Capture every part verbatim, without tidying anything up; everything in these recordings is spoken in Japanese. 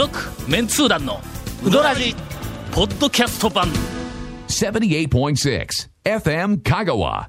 続メンツー団のウドラジポッドキャスト版ななじゅうはちてんろく エフエム 香川。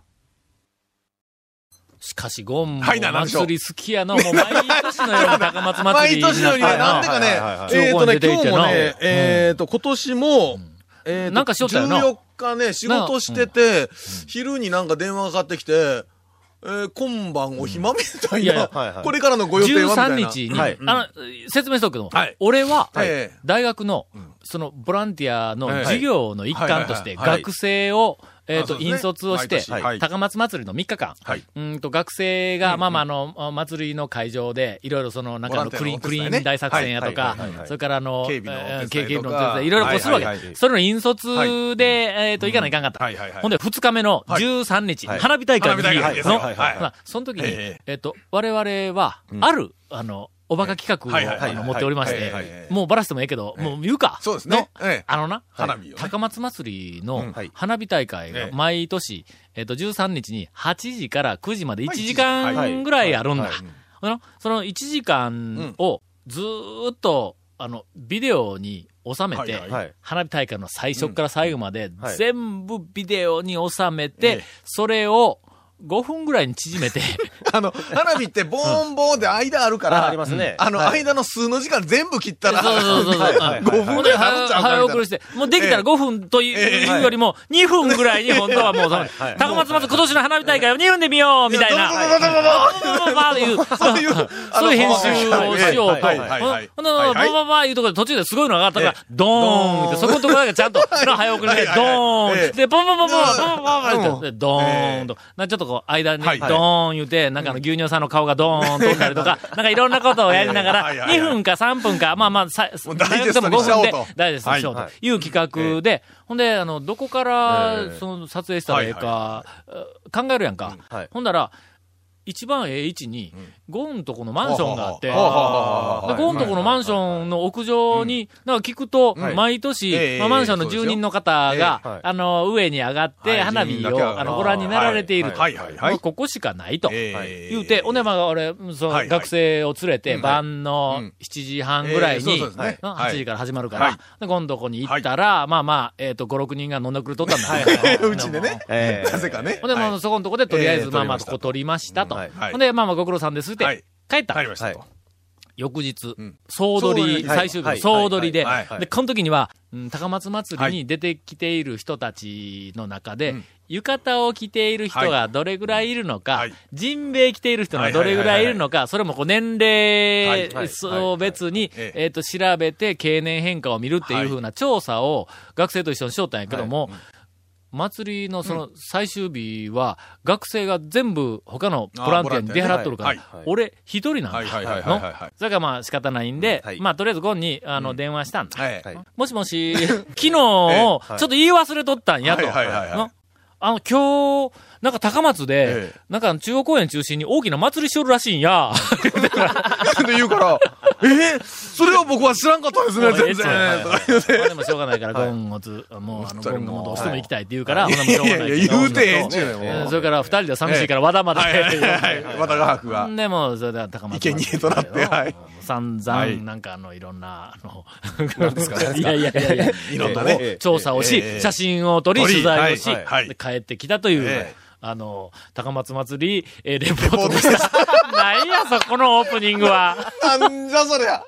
しかしゴンもはいな祭り好きやな、もう毎年のように高松祭り毎年のようにね、なんでかね、えっとね、今日もね、えっと、今年も、えっと、 なんかしよったよなじゅうよっかね、仕事してて、昼になんか電話がかかってきて、えー、今晩お暇みたいいやいやな、これからのご予定はみたいな。 じゅうさんにちに、 はいあの、説明しとくけども、 はい俺は、 はい大学の、その、ボランティアの授業の一環として、 はいはいはいはい学生を、えっ、と、 あそうですね引率をして、 毎年はい高松祭りのみっかかん、 はいうんと、学生が、 うんまあまあ、あの、祭りの会場で、いろいろその、なんかあの、 ボランティアクリーン、クリのお手伝いねーン大作戦やとかはいはいはいはい、 それからあの、 警備のお手伝いとかえー警備のお手伝い、いろいろこうするわけ。 はいはいはいそれの引率で、えっ、と、行かないかんかった。 はいはいはいほんで、二日目のじゅうさんにち、花火大会の日花火大会ですの、 はいはいはいまあその時に、 ええっ、と、我々は、ある、あの、おバカ企画を、 はいはいはいあの持っておりましはいはいはいて、もうバラしてもええけど、もう言うか。 そうですねのええあのな、 花火をね高松祭りのうんはい花火大会がええ毎年、えっと、じゅうさんにちにはちじからくじまでいちじかんぐらいあるんだはいはい。 あのそのいちじかんをずーっと、あの、ビデオに収めて、 はいはい花火大会の最初から最後まではい全部ビデオに収めえてえ、 それをごふんぐらいに縮めて、 あの、花火ってボーンボーンって間あるから、 あありますねあの、 はい間の数の時間全部切ったら、 そうそうそうそう。 はいはいはいごふんぐらいなるんちゃうかみたいな早送りして、もうできたらごふんというええよりも、にふんぐらいに本当はもうその、 はい高松祭り今年の花火大会をにふんで見ようみたいな。 いやどうぞどうぞどうぞバーバーいう、 そういう、 そういう編集をしようと。 はいはいはいほんで、バーバーバーいうところで途中ですごいのが上がったから、ドーンって、そこのところだけちゃんと、早送りで、ドーンで、ポンポンポンポン、ポンポンポンポンって、ドーンと、なちょっとこう、間にドはいーン言うて、なんかあの牛乳さんの顔がドーン飛んだりとか、なんかいろんなことをやりながら、 はいはいはいにふんかさんぷんか、まあまあ、さもうダイジェストにしちゃおうとダイジェストにしようという企画で、ほんで、あの、どこから、その、撮影したらええか、考えるやんか。 はいほんだら、一番ええ位置に、ゴンとこのマンションがあって、 はあはあはあはあでゴンとこのマンションの屋上に、なんか聞くと、毎年、 ええまあマンションの住人の方が、 ええはいあの、上に上がって、 はい花火を、 住人だけがあの、ご覧になられていると。 はいはいはいはいもうここしかないと。 ええ言うて、おねまが俺、その、 はいはい学生を連れて、 うん晩のうんしちじはんぐらいに、 ええそうですねのはいはちじから始まるから、 はいで、ゴンとこに行ったら、まあまあ、えっと、ご、ろくにんが飲んでくれとったんだ。 うちでね。 ええなぜかね。 ほんで、まあ、 はいそこのとこで、とりあえず、 ええまあまあ、 撮りましたここ取りましたと。 はいはいほんで、まあまあ、ご苦労さんですって、 はい帰った。 帰りましたと。 翌日、 ん総取り、 総取り最終日、 はい総取りで、 はいはいで、この時には、うん高松祭りに出てきている人たちの中で、 うん浴衣を着ている人がどれぐらいいるのか、 はいジンベエ着ている人がどれぐらいいるのか、それもこう年齢はいはい層別に、 はいはいえっと、調べて経年変化を見るっていうふうな調査を学生と一緒にしよったんやけども、祭りのその最終日は、学生が全部他のボランティアに出払っとるから、 はいはい俺一人なんだ。 はいはいはいはいのはいはい。 それからまあ仕方ないんで、 はいまあとりあえずゴンにあの電話したんだ。 はい。 はいもしもし、昨日をちょっと言い忘れとったんやと。 はいはいはいはいのあの、今日、なんか高松で、 ええなんか中央公園中心に大きな祭りしよるらしいんや。 で言うから、えー、それは僕は知らんかったですね、全然。とか言うてまあでもしょうがないから、ゴンをず、もう、あの、ゴンがもうどうしても行きたいって言うから、 はいほんならもうしょうがないけど。 いやいや言うてええんちゅうねんえもうーそれから二人で寂しいから和田まで。 はいはいはいはい。和田画伯が。 でも、それでは高松生贄となってはい散はい 々、なんかあの、いろんな、あの、 何ですかいやいやいやいや、 いろんなねええ調査をし、 ええ写真を撮り、 撮り取材をし、 はいはいで帰ってきたという、 ええあの、高松祭り、えーレポートでした。なんや、そこのオープニングは。 なんじゃそりゃ。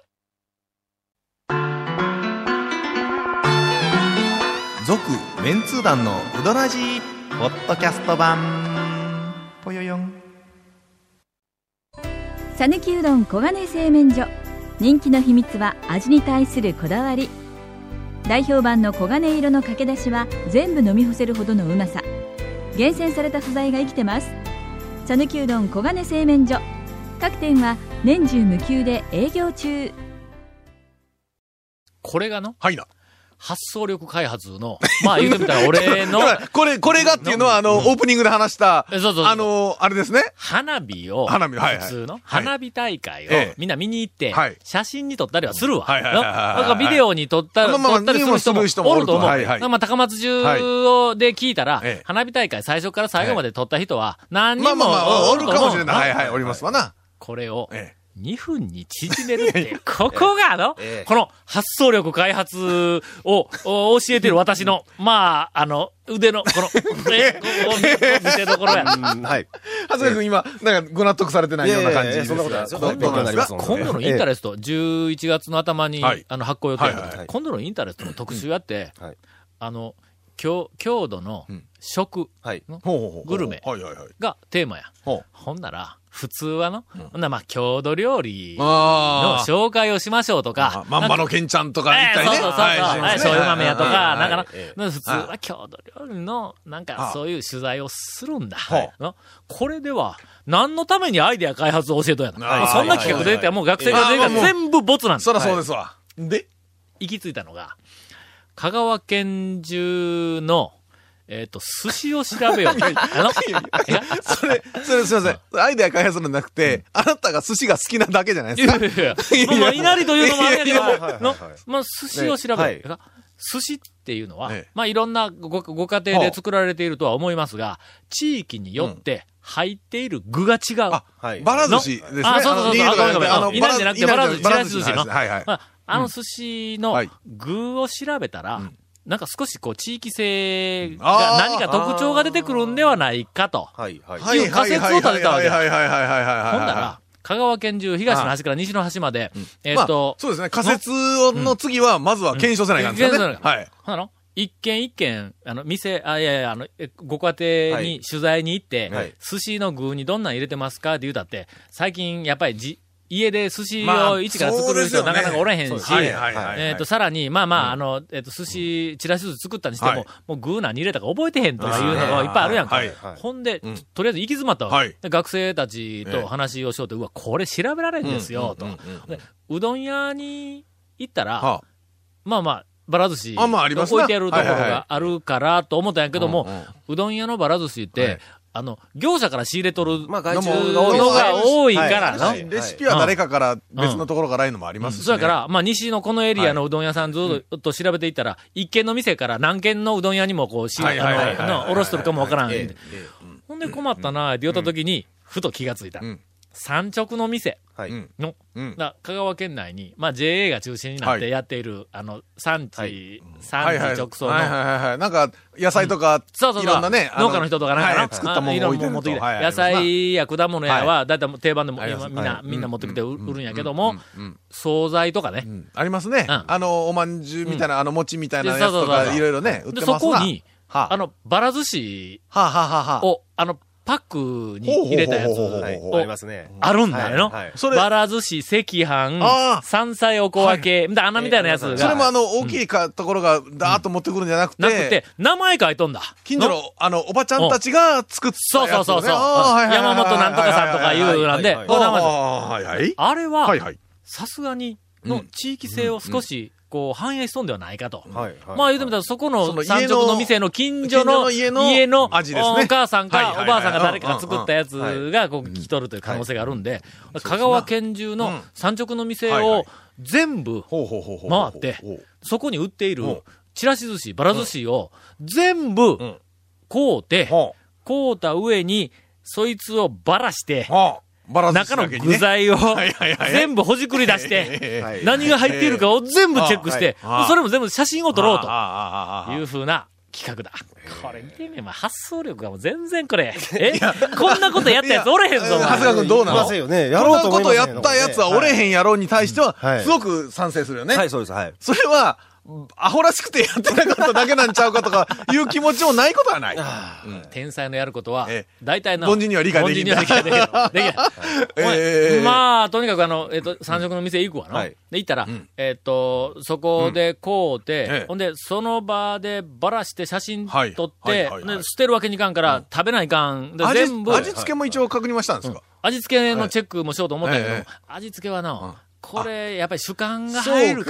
続メンツー団のウドラジーポッドキャスト版ぽよよん。 さぬきうどん黄金製麺所、人気の秘密は味に対するこだわり。代表版の黄金色のかけだしは全部飲み干せるほどのうまさ。厳選された素材が生きてます。さぬきうどん黄金製麺所、各店は年中無休で営業中。 これがの、 はいな。 発想力開発の、まあ言うてみたら俺のほ、らこれ、これがっていうのは、あの、オープニングで話した、 えそうそうそうあの、あれですね。 花火を、 花火はいはい普通の花火大会をええみんな見に行ってはい、 写真に撮ったりはするわ。 はいはいはいはいはいのだからビデオに撮った、 まあまあ撮ったりする人も見る人もおると思う。 はいはいまあ高松中をで聞いたらええ、 花火大会最初から最後まで撮った人は何まあ人もまあまあ、おるおると思う。 かもしれない。はいはい、 のおりますわな。 これをええにふんに縮めるって、ここがあの、 ええこの発想力開発をお教えてる私の、まあ、あの、腕の、この、え、ここ、見せどころや。 うんはい。 長谷川君今、なんかご納得されてないような感じですいやいやいやそんなことないですよどどうなんですか勉強になりますもん今度のインタレスト、じゅういちがつの頭に、 はいあの、発行予定やけど、 はいはい今度のインタレストの特集やって、 はいあの、郷郷土の食はい。 のほうほうほうグルメはいはいはい。 がテーマや。 ほうほんなら、普通はの、ほんならまあ、郷土料理のあー紹介をしましょうとかあ、まんまのけんちゃんとかええ一体ね。 そうそうそうそう、 はいはい醤油豆やとか、 はいなんかな、 えなんか普通は郷土料理の、なんかあそういう取材をするんだ。 はいのこれでは、何のためにアイデア開発を教えとんやと。 あーそんな企画出てもう学生が出てあーもう全部ボツなんだ。 そりゃそうですわ。で、 行き着いたのが、香川県中の、えっ、と、寿司を調べよう。あの、いやそれ、それすいません。アイデア開発するんじゃなくて、あなたが寿司が好きなだけじゃないいですか。 やいやいや、まあまあ、稲荷というのもあるんやけどもいやいやいやのはいはいはいまあ、寿司を調べる。 はい寿司っていうのは、 ええまあ、いろんなごご家庭で作られているとは思いますが、地域によって入っている具が違う。 あはい。 バラ寿司ですね。 あそうそうそうあのリードがあごめんごめんあの稲荷じゃなくてバラ寿司バラ寿司のちらし寿司のはいはい。 まあ、あの寿司のはい具を調べたら、なんか少しこう地域性あーが何か特徴が出てくるんではないかと。 はい。はい。 はいいう仮説を立てたわけだはいはいはいはいはいはいはい。 ほんなら、香川県中、東の端から西の端まで、えまあっと、 そうですね。仮説の次は、まずは検証せないかんですよねうん検証。せはい。 ほんなの一軒一軒、あの、店、あ、いやいや、あの、えご家庭に取材に行って、 はい寿司の具にどんなん入れてますかって言うたって、最近やっぱりじ、家で寿司まあを一から作る人そうですよねなかなかおれへんし、 はいはいはい。 えっと、さらに、まあまあ、あの、えっと、寿司、チラシ寿司作ったにしても、 はいもう具何入れたか覚えてへんとかいうのがいっぱいあるやんか。 はいはいほんで、 うんとりあえず行き詰まったわけ、 はいで学生たちと話をしようと、うわ、これ調べられんですよ、と、 うんうんうんうんで。うどん屋に行ったら、 はまあまあ、ばら寿司あまあありますな置いてあるところはいはいはいがあるからと思ったんやけども、 うんうんうどん屋のばら寿司って、 はいあの、業者から仕入れとるまあ、 の外注が多いからはな。 いレシピは誰かから別のところからいのもありますしね。 そやから、まあ、西のこのエリアのうどん屋さんずっと調べていったら、一軒の店から何軒のうどん屋にもこう、し、あはいはいはいはいはいの、のおろしとるかもわからん。 えええほんで困ったなって言った時に、ふと気がついた。 うん産直の店えはい。 うんの、 うんだ香川県内に、まあ、ジェーエー が中心になってやっている、あの、産地、 はい産はいはい地直送の、 はいはいはいはい。なんか、野菜とか、 そうそうそう。 いろんなね、あ農家の人とかなんかな、 はい作ったものを置いてるとあいろんなもん持ってきてはいはい野菜や果物やは、だいたい定番でも、 あります今みんな、 はいみんな持ってきて売うん売るんやけども、 うんうん惣菜とかねう。んありますね。 うんあの、おまんじゅうみたいな、あの、餅みたいなやつそうそうそうそうとか、いろいろね、売ってで、 ますな。 そこに、 はあの、ばら寿司はあ、はあはあはあ、 を、あの、パックに入れたやつほうほうほうほうはい。 をありますね。 あるんだよの。 はいはいそれ、 ばら寿司、赤飯あ、ー山菜おこわけ、で穴みたいなやつが。 それもあの、大きいか、ところが、ダーッと持ってくるんじゃなくて、 なくて、名前書いとんだ。 近所の、あの、おばちゃんたちが作ったそうやつをね。 そうそうそう。 あーはいはいはいはい山本なんとかさんとかいうなんで、 はいはいはいこの名前であーはいはい。 あれは、 はいはい。 さすがに、の地域性を少し、こう、反映しとんではないかと。 はい。 まあ言うてみたら、そこのその家の産直の店の近所の近所の家の家の味ですねお母さんかはいはいはいおばあさんが誰かが作ったやつうんがこう来とるという可能性があるんで、 い香川県中のうん産直の店をはいはい全部ほうほうほうほうほう。 回ってほうそこに売っているうんちらし寿司、ばら寿司を全部ん買うて、 ほ買うた上にそいつをばらしてう、ほう。バラ寿司中のだけにね具材をはいはいはい全部ほじくり出して、 ええはい何が入っているかを全部チェックしてあはい、 それも全部写真を撮ろうと。 ああああああいう風な企画だ。これ見てみ、まあ、発想力がもう全然これ。えこんなことやったやつおれへんぞ、おいや長谷川前。 君どうなのいませんよね。やこんなろうと思いまことやっせんよねたやつはおれへんやろうに対してはは、いすごく賛成するよね。 はい、そうです。はい。 それは、アホらしくてやってなかっただけなんちゃうかとかいう気持ちもないことはない。 天才のやることはええ、 大体の。 凡人には理解できない凡人には理解できない。できない。お前ええまあ、とにかくあの、えっと、三食の店行くわの。 はいで、行ったらん、 えっと、そこで買うえてえ、 ほんで、その場でばらして写真はい撮ってはいはい、はいで捨てるわけにいかんから、食べないかん。で味全部、 味付けも一応確認はしたんですか味付けのチェックもしようと思ったんやけど、 はいえ味付けはな、 これ、やっぱり主観が入るから、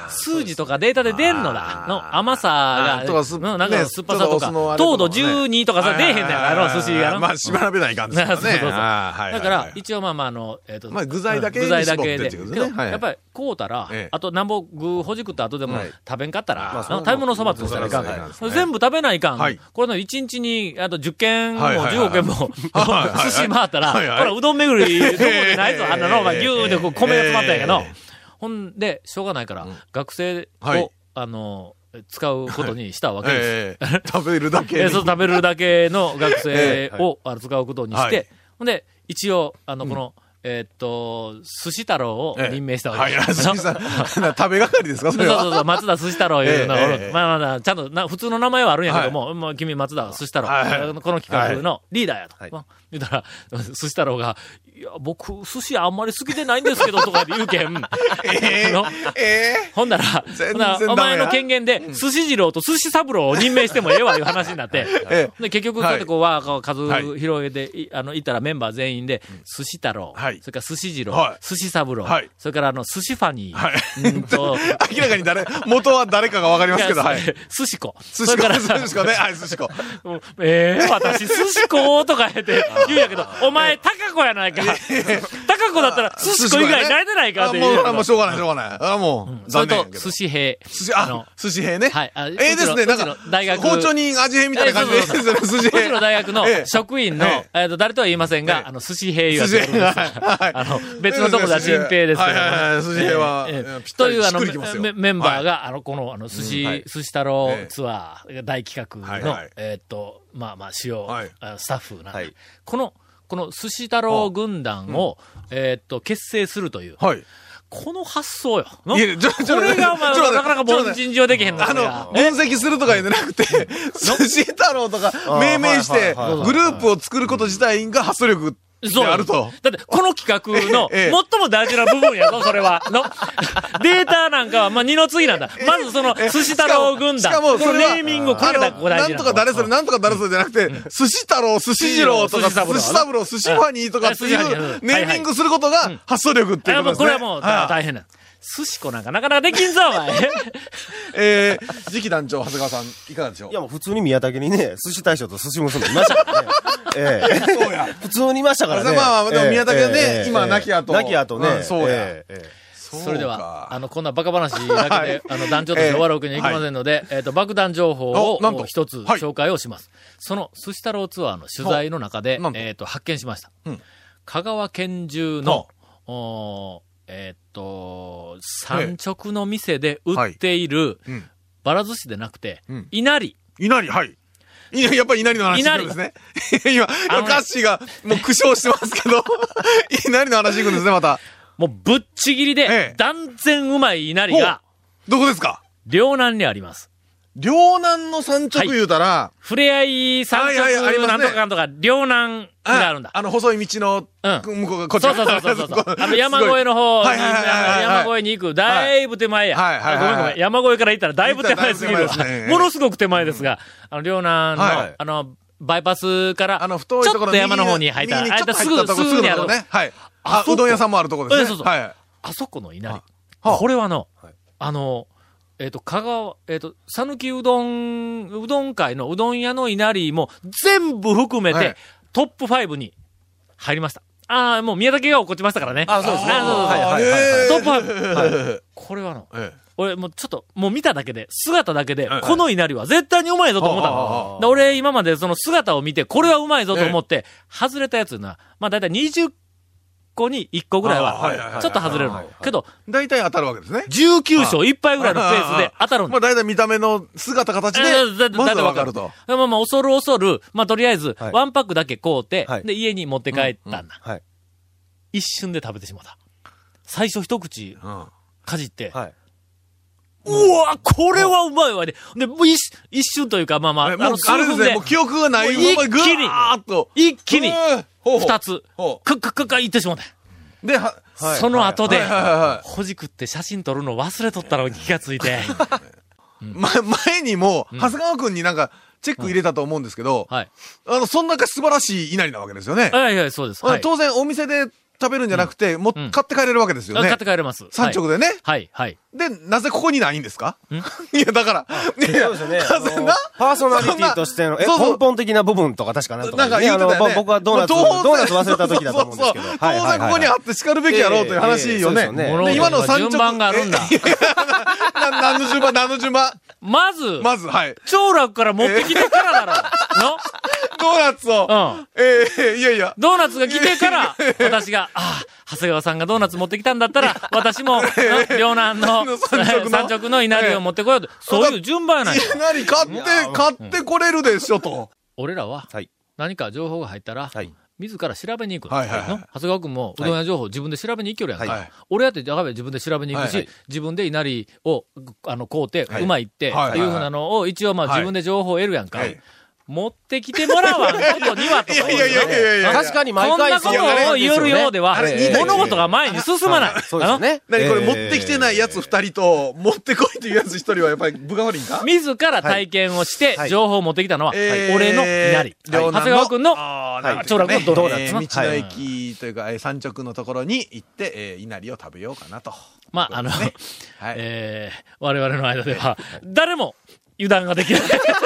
数字とかデータで出んのだ。の甘さが、のなんか酸っぱさとか、糖度じゅうにとかさ、出えへんねんやろ、寿司が。 まあ、しばらべないかんですよね。 そうそうそう。だから、一応まあまあ、あの、えっと、 まあ、具材だけ具材だけで。 けど、 やっぱり、こうたら、あと、なんぼ具ほじくった後でも食べんかったら、食べ物そばつしたらいかん。全部食べないかん。これのいちにちに、あとじゅっけんもじゅうごけんも、寿司回ったら、これうどん巡り、どこでないぞ、あんなの、お前、ぎゅーってこう米が詰まったんやけど、ほんで、しょうがないから、学生を、あの、使うことにしたわけです。 食べるだけ。 そう、食べるだけの学生を使うことにして、ほんで、一応、あの、この、えっと、寿司太郎を任命したわけです。 はい、寿司さん、食べがかりですかそれは。 そうそうそう、松田寿司太郎いうのが、まあまあ、ちゃんとな、普通の名前はあるんやけども、もう君松田寿司太郎、この企画のリーダーやと。言ったら、寿司太郎が、いや、僕、寿司あんまり好きでないんですけど、とかで言うけん。えー、えー、ほんなら、ほんならお前の権限で、寿司二郎と寿司三郎を任命してもええわ、いう話になって。で、結局、こうやってこう、わー、数広げて、あの、いったらメンバー全員で、寿司太郎、それから寿司二郎、寿司三郎、それからあの、寿司ファニー、うんと、 明らかに誰、元は誰かがわかりますけど、はい。 寿司子。 寿司子、寿司子ね、はい、寿司子。 ええ、私、寿司子とか言って、言うんやけど、お前、高子やないか。高子だったら、寿司子以外慣れてないかって言う。 もう、しょうがない、しょうがない。あ、もう、 それと、寿司兵。 寿司、あ、寿司兵ね。 はい。 ええですね、なんか、 大学。 包丁人味変みたいな感じで、寿司兵。 うちの大学の職員の、えっと、誰とは言いませんが、あの、寿司兵言われてるんです。あの、別のとこでは新兵ですけど。 寿司兵は、 という、あの、メンバーが、あの、この、あの、寿司、寿司太郎ツアー大企画の、えっと、まあまあ、主要、スタッフなんで、この、この寿司太郎軍団を、えっと、結成するという。はい。この発想よ。いや、ちょ、ちょ、これが、まあ、なかなか凡人上できへんのあの、分析するとか言うんじゃなくて、寿司太郎とか命名して、グループを作ること自体が発想力そう。あると。 だって、この企画の、最も大事な部分やぞ、それは。の。データなんかは、まあ、二の次なんだ。まずその、寿司太郎軍団。しかも、そのネーミングをこれだ、ここ大事な。なんとか誰それ、なんとか誰それじゃなくて、寿司太郎、寿司二郎とか、寿司三郎、寿司ファニーとかっていうネーミングすることが発想力っていうことですね。 これはもう、大変な。寿司子なんかなかなかできんぞ、お前。 えー、次期団長、長谷川さん、いかがでしょう？ いや、もう普通に宮武にね、寿司大将と寿司娘いましたからね。ええー。そうや。普通にいましたからね。 まあまあ、でも宮武はね、今、亡き後。 亡き後ね。 そうや。 それでは、あの、こんなバカ話だけで、あの、団長として終わるわけにはいきませんので、えっと、爆弾情報を一つ紹介をします。その、寿司太郎ツアーの取材の中で、えっと、発見しました。香川県中の、えっと、産直の店で売っている、ばら寿司でなくて、稲荷。 稲荷、はい。やっぱり稲荷の話なんですね。今、歌詞がもう苦笑してますけど、稲荷の話いくんですね、また。 もうぶっちぎりで、断然うまい稲荷が、 どこですか？ 両南にあります。 両南の産直言うたら、 ふれあい産直なんとかなんとか、両南があるんだ。 あの細い道の、向こうがこっちそうそうそうそう。あの山越えの方に、山越えに行く、だいぶ手前や。ごめんごめん。山越えから行ったらだいぶ手前すぎる。ものすごく手前ですが、あの、両南の、あの、バイパスから、あの、太いところちょっと山の方に入ったら、あすぐ、すぐにあるね。 はい。あ、うどん屋さんもあるところですね。 そうそう。はい。あそこの稲荷。これはの、あの、えっと、香川、えっと、さぬきうどん、うどん会のうどん屋の稲荷も全部含めてトップファイブに入りました。ああ、もう宮武が怒ってましたからね。 あそうですね。 トップファイブ。これはの、俺もうちょっと、もう見ただけで、姿だけで、この稲荷は絶対にうまいぞと思ったの。俺今までその姿を見て、これはうまいぞと思って、外れたやつな、まあだいたいにじゅっこにいっこぐらいは、ちょっと外れるの。けど、 大体当たるわけですね。 じゅうきゅう勝いっぱいぐらいのペースで当たるんだ。 まあ大体見た目の姿形で、まずわかると。 まあまあ、恐る恐る、まあとりあえず、ワンパックだけ買うて、で、家に持って帰ったんだ。一瞬で食べてしまった。最初一口、かじって、うわこれはうまいわね。で、もう一一瞬というか、まあまあ、あの、 あれですね、もう記憶がない。 一気に、一気に、二つ、くっくっくっかいってしまった。 で、は、 その後で、ほじくって写真撮るの忘れとったのに気がついて。 ま、前にも、長谷川くんになんか、チェック入れたと思うんですけど、はい。あの、そんなか素晴らしい稲荷なわけですよね。 はいはい、そうです。 当然、お店で食べるんじゃなくて、もう買って帰れるわけですよね。 買って帰れます。 産直でね。 はい、はい。 で、なぜここにないんですか？いや、だから、いや、 そうですよね。パーソナリティとしての、え、根本的な部分とか確かなんとか。なんか言うてたよね。僕はドーナツ、ドーナツ忘れた時だと思うんですけど。 当然ここにあって叱るべきやろうという話よね。 今の産直。順番があるんだ。 何の順番、何の順番。 まず、 まず、はい。 長楽から持ってきてからだろ。のドーナツを。うん。ええ、いやいや。 ドーナツが来てから、私が、ああ、長谷川さんがドーナツ持ってきたんだったら、私も、両南の産直の稲荷を持ってこようと。そういう順番やない。 稲荷買って、買ってこれるでしょ、と。 俺らは、何か情報が入ったら、 はい。 自ら調べに行く。 はいはいはい、 長谷川くんもうどん屋情報自分で調べに行きよるやんか。はい、俺やってやがべ自分で調べに行くし、はい、自分で稲荷をあの買うて、はい、うまいって、はい、っていうふうなのを一応まあ自分で情報を得るやんか。はいはい、持ってきてもらわんことにはとか。 いやいやいやいや確かに毎回こんなことを言うようでは、物事が前に進まない。 そうですね。 何これ持ってきてないやつ二人と、持ってこいというやつ一人はやっぱり部下悪いんか？ 自ら体験をして、情報を持ってきたのは、俺の稲荷。長谷川くんの、長楽のドーナツ。 道の駅というか、産直のところに行って、稲荷を食べようかなと。 まあ、あの、えー、我々の間では、誰も油断ができない。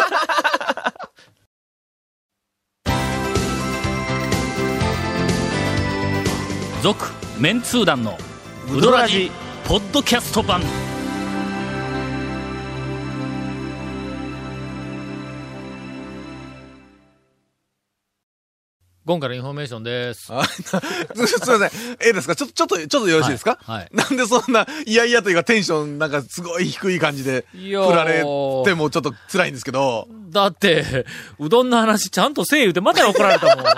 続メンツー団のウドラジポッドキャスト版。今回のインフォメーションです。 すみません。ええですか？ちょっと、ちょっと、ちょっとよろしいですか？はい。はい、なんでそんな、いやいやというかテンションなんかすごい低い感じで、振られてもちょっと辛いんですけど。 だって、うどんの話ちゃんとせえ言うてまた怒られたもん。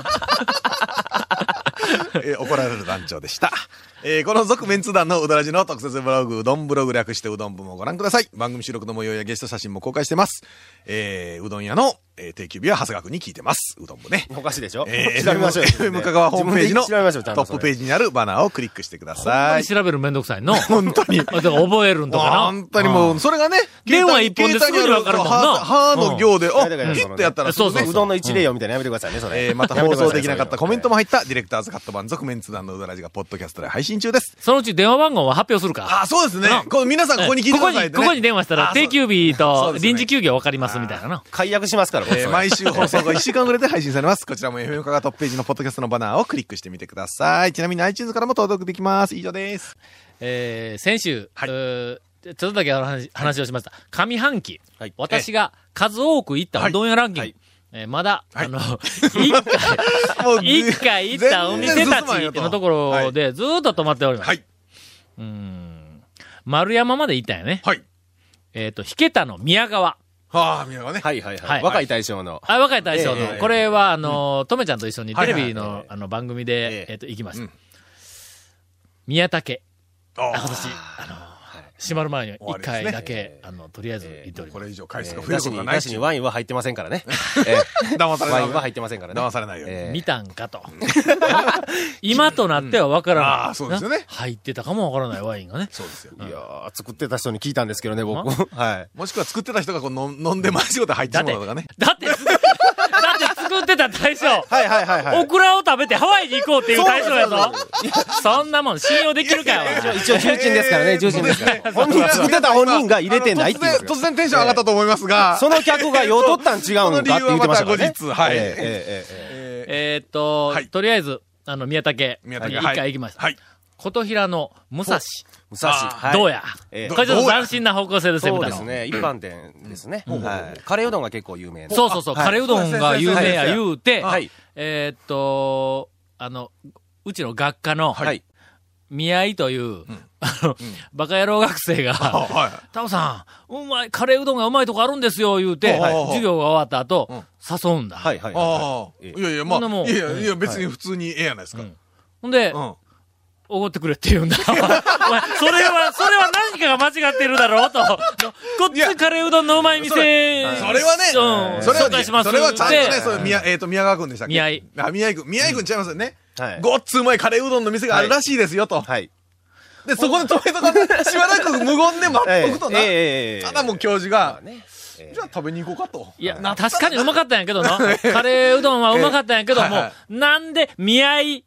えー、怒られる団長でした。えー、この続メンツ団のうどらじの特設ブログ、うどんブログ略してうどん部もご覧ください。番組収録の模様やゲスト写真も公開してます。えー、うどん屋の、えー、定休日は長谷川くんに聞いてます。うどん部ね。 おかしいでしょ？ えー、調べましょう。エフエム 香川ホームページのトップページにあるバナーをクリックしてください。 調べるめんどくさいの。 本当に。 だから覚えるんとかな。 本当にもう、それがね、 電話一本ですぐにわかるもんな。 歯の行で、あ、ヒットやったらそうそう。うどんの一例よみたいなやめてくださいね、それ。 えー、また放送できなかったコメントも入ったディレクターズカット版続メンツ団のうどらじがポッドキャストで配信中です。 そのうち電話番号は発表するか。 あ、そうですね。こ皆さんここに聞いてくださいね。 ここに、ここに電話したら定休日と臨時休業わかりますみたいなの。 解約しますから、 えー、毎週放送後いっしゅうかんぐらいで配信されます。こちらも エフエム 香川トップページのポッドキャストのバナーをクリックしてみてください。ちなみに iTunes からも登録できます。以上です。 えー、先週、はい、ちょっとだけ話、話をしました。上半期、はい、私が数多く行ったうどん屋ランキング。はいはいえー、まだ、はい、あの、一回、一回行ったお店たちのところでずーっと止まっております。はい。うーん。丸山まで行ったよね。はい。えっ、ー、と、引けたの宮川。 はあ、宮川ね。 はいはいはい。はい、若い大将の。 あ、若い大将の。えー、これは、あの、とめ、うん、ちゃんと一緒にテレビの、はいはい、あの、番組で、えっ、ー、と、行きました。うん、宮武。あ、今年、あの、閉まる前に一回だけ、ね、あの、とりあえず言っております。 これ以上回数が増えることがないし。 なしにワインは入ってませんからね。 騙されない。 ワインは入ってませんからね。 騙されないよ。 えー、見たんかと。今となってはわからない。 ああ、そうですよね。 入ってたかもわからないワインがね。 そうですよ。 いやー、作ってた人に聞いたんですけどね、僕。はい。もしくは作ってた人がこう飲んで間違って入ってしまうとかね。 だって、だって作ってた大将。はいはいはいはい。 オクラを食べてハワイに行こうっていう大将やぞ。そんなもん信用できるかよ。 一応重鎮ですからね、重鎮ですから。本人作ってた本人が入れてないっていう。 突然テンション上がったと思いますが。 その客が用取ったん違うんかって言ってましたからね。 後日、はい。 えっと、とりあえず、あの、宮武に一回行きました。はい。琴平の武蔵。 武蔵。 どうや。これちょっと斬新な方向性ですよ、 そうですね。一般店ですね。はい。カレーうどんが結構有名。 そうそうそう。カレーうどんが有名や言うて、えっと、あの、うちの学科の、宮井という、あの、バカ野郎学生が、タオさん、うまい、カレーうどんがうまいとこあるんですよ、言うて、授業が終わった後、誘うんだ。 はいはいはい。いやいや、まあ、いやいや、別に普通にええやないですか。 ほんで、おごってくれって言うんだ。お前、それは、それは何かが間違ってるだろうと。こっちカレーうどんのうまい店、それはね、 紹介します。 それはちゃんとね、そう宮、えっと、宮川くんでしたっけ？ 宮井。 あ、宮井くん、宮井くんちゃいますよね。ごっつうまいカレーうどんの店があるらしいですよと。はい。で、そこで止めとかね、しばらく無言で待っとくとな。ただもう教授が、じゃあ食べに行こうかと。 いや、確かにうまかったんやけどな。カレーうどんはうまかったんやけども、なんで宮井、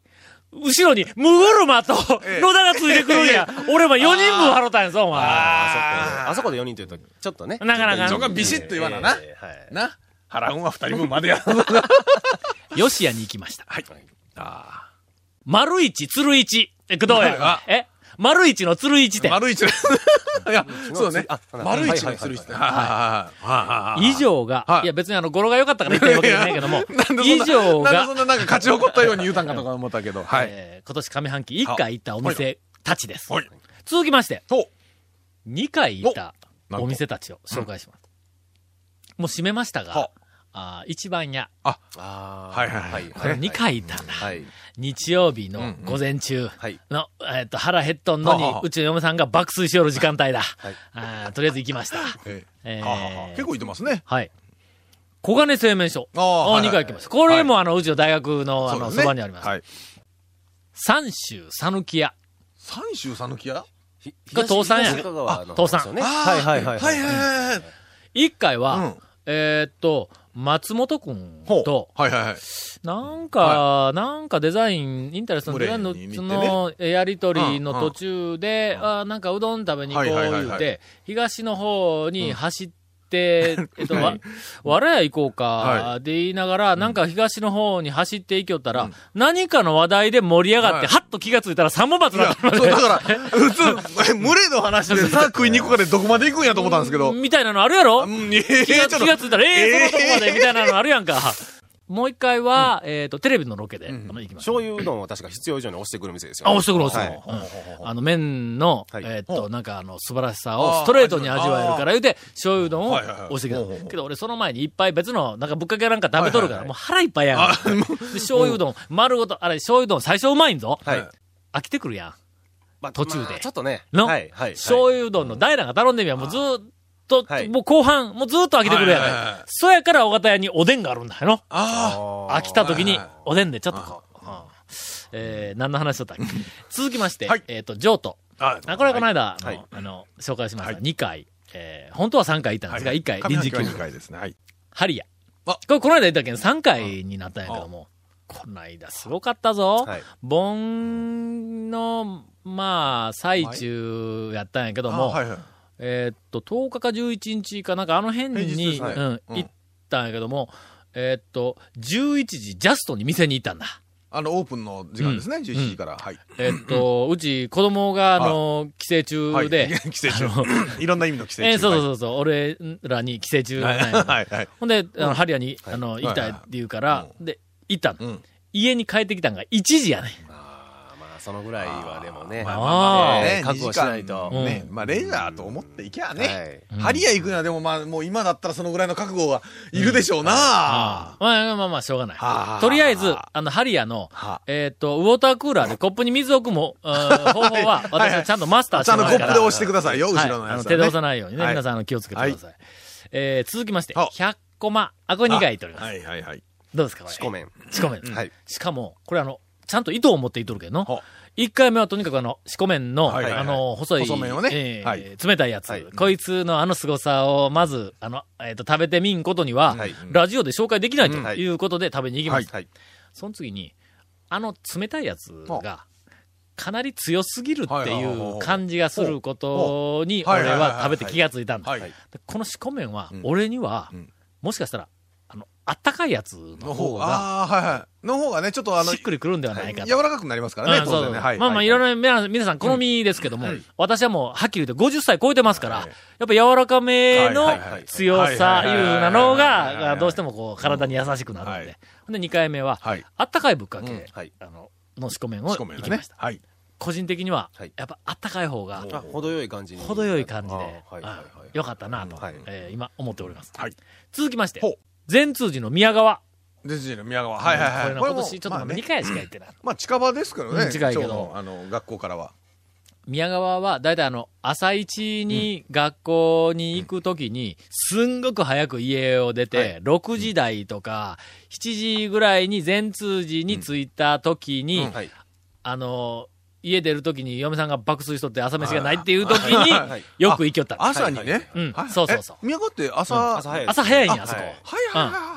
後ろに、むぐるまと、野田がついてくるんや。俺もよにんぶん払ったんやぞ、お前。 ああそこでよにんというと、ちょっとね。 なかなか。 そこがビシッと言わなな。な。払うんはふたりぶんまでや。 吉谷に行きました。 はい。ああ。 丸一、鶴一。え、どうやえ丸一の鶴一店。 丸一の。いや、そうね。丸一の鶴一店。 以上が、いや別にあの、語呂が良かったから言ってるわけじゃないけども、以上が、 なんでそんななんか勝ち誇ったように言うたんかとか思ったけど。はい。 今年上半期いっかい行ったお店たちです。続きまして、にかい行ったお店たちを紹介します。もう閉めましたが、あ一番屋。 あ、はいはいはい。にかい行ったんだ。日曜日の午前中の、えっと、腹減っとんのに、うちの嫁さんが爆睡しよる時間帯だ。とりあえず行きました。 結構行ってますね。 はい。小金製麺所。ああ、にかい行きました。これもあの、うちの大学のあの、そばにあります。三州さぬき屋。 三州さぬき屋が倒産や。倒産。 はいはいはい。 はいはいはい。 一回は、えっと、松本くんと、 はいはいはい。 なんか、なんかデザイン、インタレストのデザインの、その、やりとりの途中で、あなんかうどん食べに行こう言うて、東の方に走って、えっと、わ、わらや行こうか、で言いながら、なんか東の方に走って行きよったら、何かの話題で盛り上がって、はっと気がついたら三本松だったので。 そう、だから、普通、群れの話でさ、食いに行くかでどこまで行くんやと思ったんですけど。 みたいなのあるやろ気がついたら、ええ、そのとこまで、みたいなのあるやんか。もう一回は、えっと、テレビのロケで、あの、行きました。 醤油うどんは確か必要以上に押してくる店ですよ。 あ、押してくる、押してくる。あの、麺の、えっと、なんかあの、素晴らしさをストレートに味わえるから言うて、醤油うどんを押してくる。けど俺その前にいっぱい別の、なんかぶっかけなんか食べとるから、もう腹いっぱいやん。で、醤油うどん、丸ごと、あれ、醤油うどん最初うまいんぞ。飽きてくるやん。途中で。 ちょっとね。 の醤油うどんの大らが頼んでみや、もうずーっと、と、もう後半、もうずーっと飽きてくるやん。はいはいはい、そやから、尾形屋におでんがあるんだよの。ああ。飽きた時に、おでんでちょっとこう。えー、何の話しとったっけ続きまして、はい、えっ、ー、と、譲渡。あ、これはこの間、はい、あの、あの、紹介しました。はい、にかい、えー、本当はさんかい行ったんですが、はい、いっかい臨時休業。 にかいですね。はい。 ハリア。これ、この間言ったけど、さんかいになったんやけども、この間すごかったぞ。はい、盆の、まあ、最中やったんやけども、はいはい、えー、っと、とおかかじゅういちにちかなんかあの辺に、はい、うん、行ったんやけども、えー、っと、じゅういちじジャストに店に行ったんだ。 あの、オープンの時間ですね、うん、じゅういちじから。はい。 えー、っと、うち、子供が、あの、帰省中で、 はい、帰省中。いろんな意味の帰省中。 えー、そうそうそう、俺らに帰省中なんや。はいはい。ほんで、あの、ハリアに、あの、行きたいって言うから、で、行ったの。家に帰ってきたんがいちじやね。 そのぐらいはでもね、 まあまあまあね、 覚悟しないと。 ね、まあレジャーと思っていきゃね。ハリア行くのはでもまあもう今だったらそのぐらいの覚悟はいるでしょうな。 まあまあまあしょうがない。とりあえず、あのハリアの、えっと、ウォータークーラーでコップに水を置くも、方法は私はちゃんとマスターしてますから。 ちゃんとコップで押してくださいよ、後ろのやつ。 手で押さないようにね、皆さん気をつけてください。え続きまして、ひゃっコマ、あ、これにかい取ります。 はいはいはい。 どうですかこれ。 四股麺。 四股麺。はい。しかも、これあの、ちゃんと糸を持っていっとるけどの。一回目はとにかくあの、四股麺の、はいはいはい、あの、細い、 細麺をね、 えーはい、冷たいやつ、はい。こいつのあの凄さを、まず、あの、えっ、ー、と、食べてみんことには、はい、ラジオで紹介できないということで食べに行きます。はいはい、その次に、あの冷たいやつが、かなり強すぎるっていう感じがすることに、俺は食べて気がついたんだ。この四股麺は、俺には、うん、もしかしたら、あったかいやつの方が、 ああ、はいはい。の方がね、ちょっとあの、 しっくりくるんではないかと。 柔らかくなりますからね、当然ね。はい。 まあまあ、いろいろ、皆さん好みですけども、私はもう、はっきり言ってごじゅっさい超えてますから、やっぱ柔らかめの強さいうなのが、どうしてもこう、体に優しくなるんで。で、にかいめは、あったかいぶっかけ、あの、の四股麺をいきました。個人的には、やっぱあったかい方が、 程よい感じに。 程よい感じで、よかったなと、今思っております。続きまして、善通寺の宮川。 善通寺の宮川。はいはいはい。 これ今年ちょっとにかいしか行ってない。 まあ近場ですけどね。 近いけど。 あの、学校からは。 宮川は、だいたいあの、朝一に学校に行くときに、すんごく早く家を出て、ろくじ台とか、しちじぐらいに善通寺に着いたときに、あの、家出るときに嫁さんが爆睡しとって朝飯がないっていうときに、よく行きよった。 朝にね。 うん。そうそうそう。 宮川って朝、 朝早いんや、あそこ。 はいはいはい。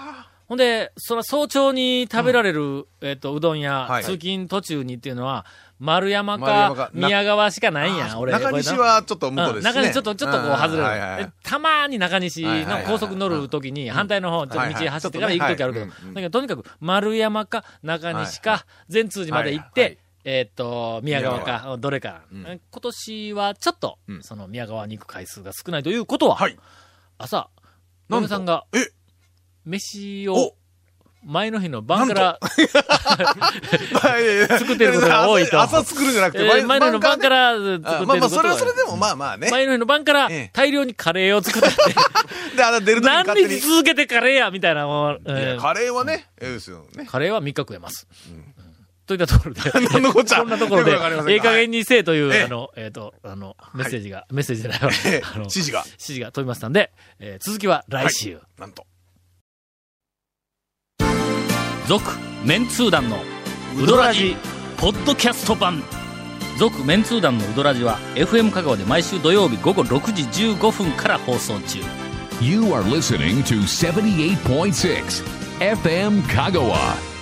ほんで、その早朝に食べられる、うん、えっ、ー、と、うどん屋、 はい、 通勤途中にっていうのは、丸山か宮川しかないんや、俺。 中西はちょっと向こうですね。 うん、中西ちょっと、ちょっとこう外れる。はいはいはい、たまに中西の高速乗るときに、反対の方、ちょっと道走ってから行くときあるけど、だけど、とにかく丸山か中西か、善通寺まで行って、はいはい、えっ、ー、と、宮川か、どれか、うん。今年はちょっと、うん、その宮川に行く回数が少ないということは、はい、朝、野村さんが、え飯を、前の日の晩から作ってることが多いと。 朝作るんじゃなくて、 前の日の晩から作ってることが、 まあまあ、それはそれでもまあまあね。 前の日の晩から大量にカレーを作ってて、 で、あの、出るとき何日続けてカレーやみたいな。 えー、カレーはね、ええですよね。 カレーはみっか食えます。うんといったところで、 何のこっちゃこんなところで、ええ加減にせえという、あの、えっと、あの、メッセージが、メッセージじゃないわ。 指示が。 指示が飛びましたんで、えー、続きは来週。 なんと。 続、メンツー団のウドラジ、ポッドキャスト版。続、メンツー団のウドラジは、エフエム 香川で毎週土曜日午後ろくじじゅうごふんから放送中。 You are listening to セブンティーエイトポイントシックス エフエム 香川。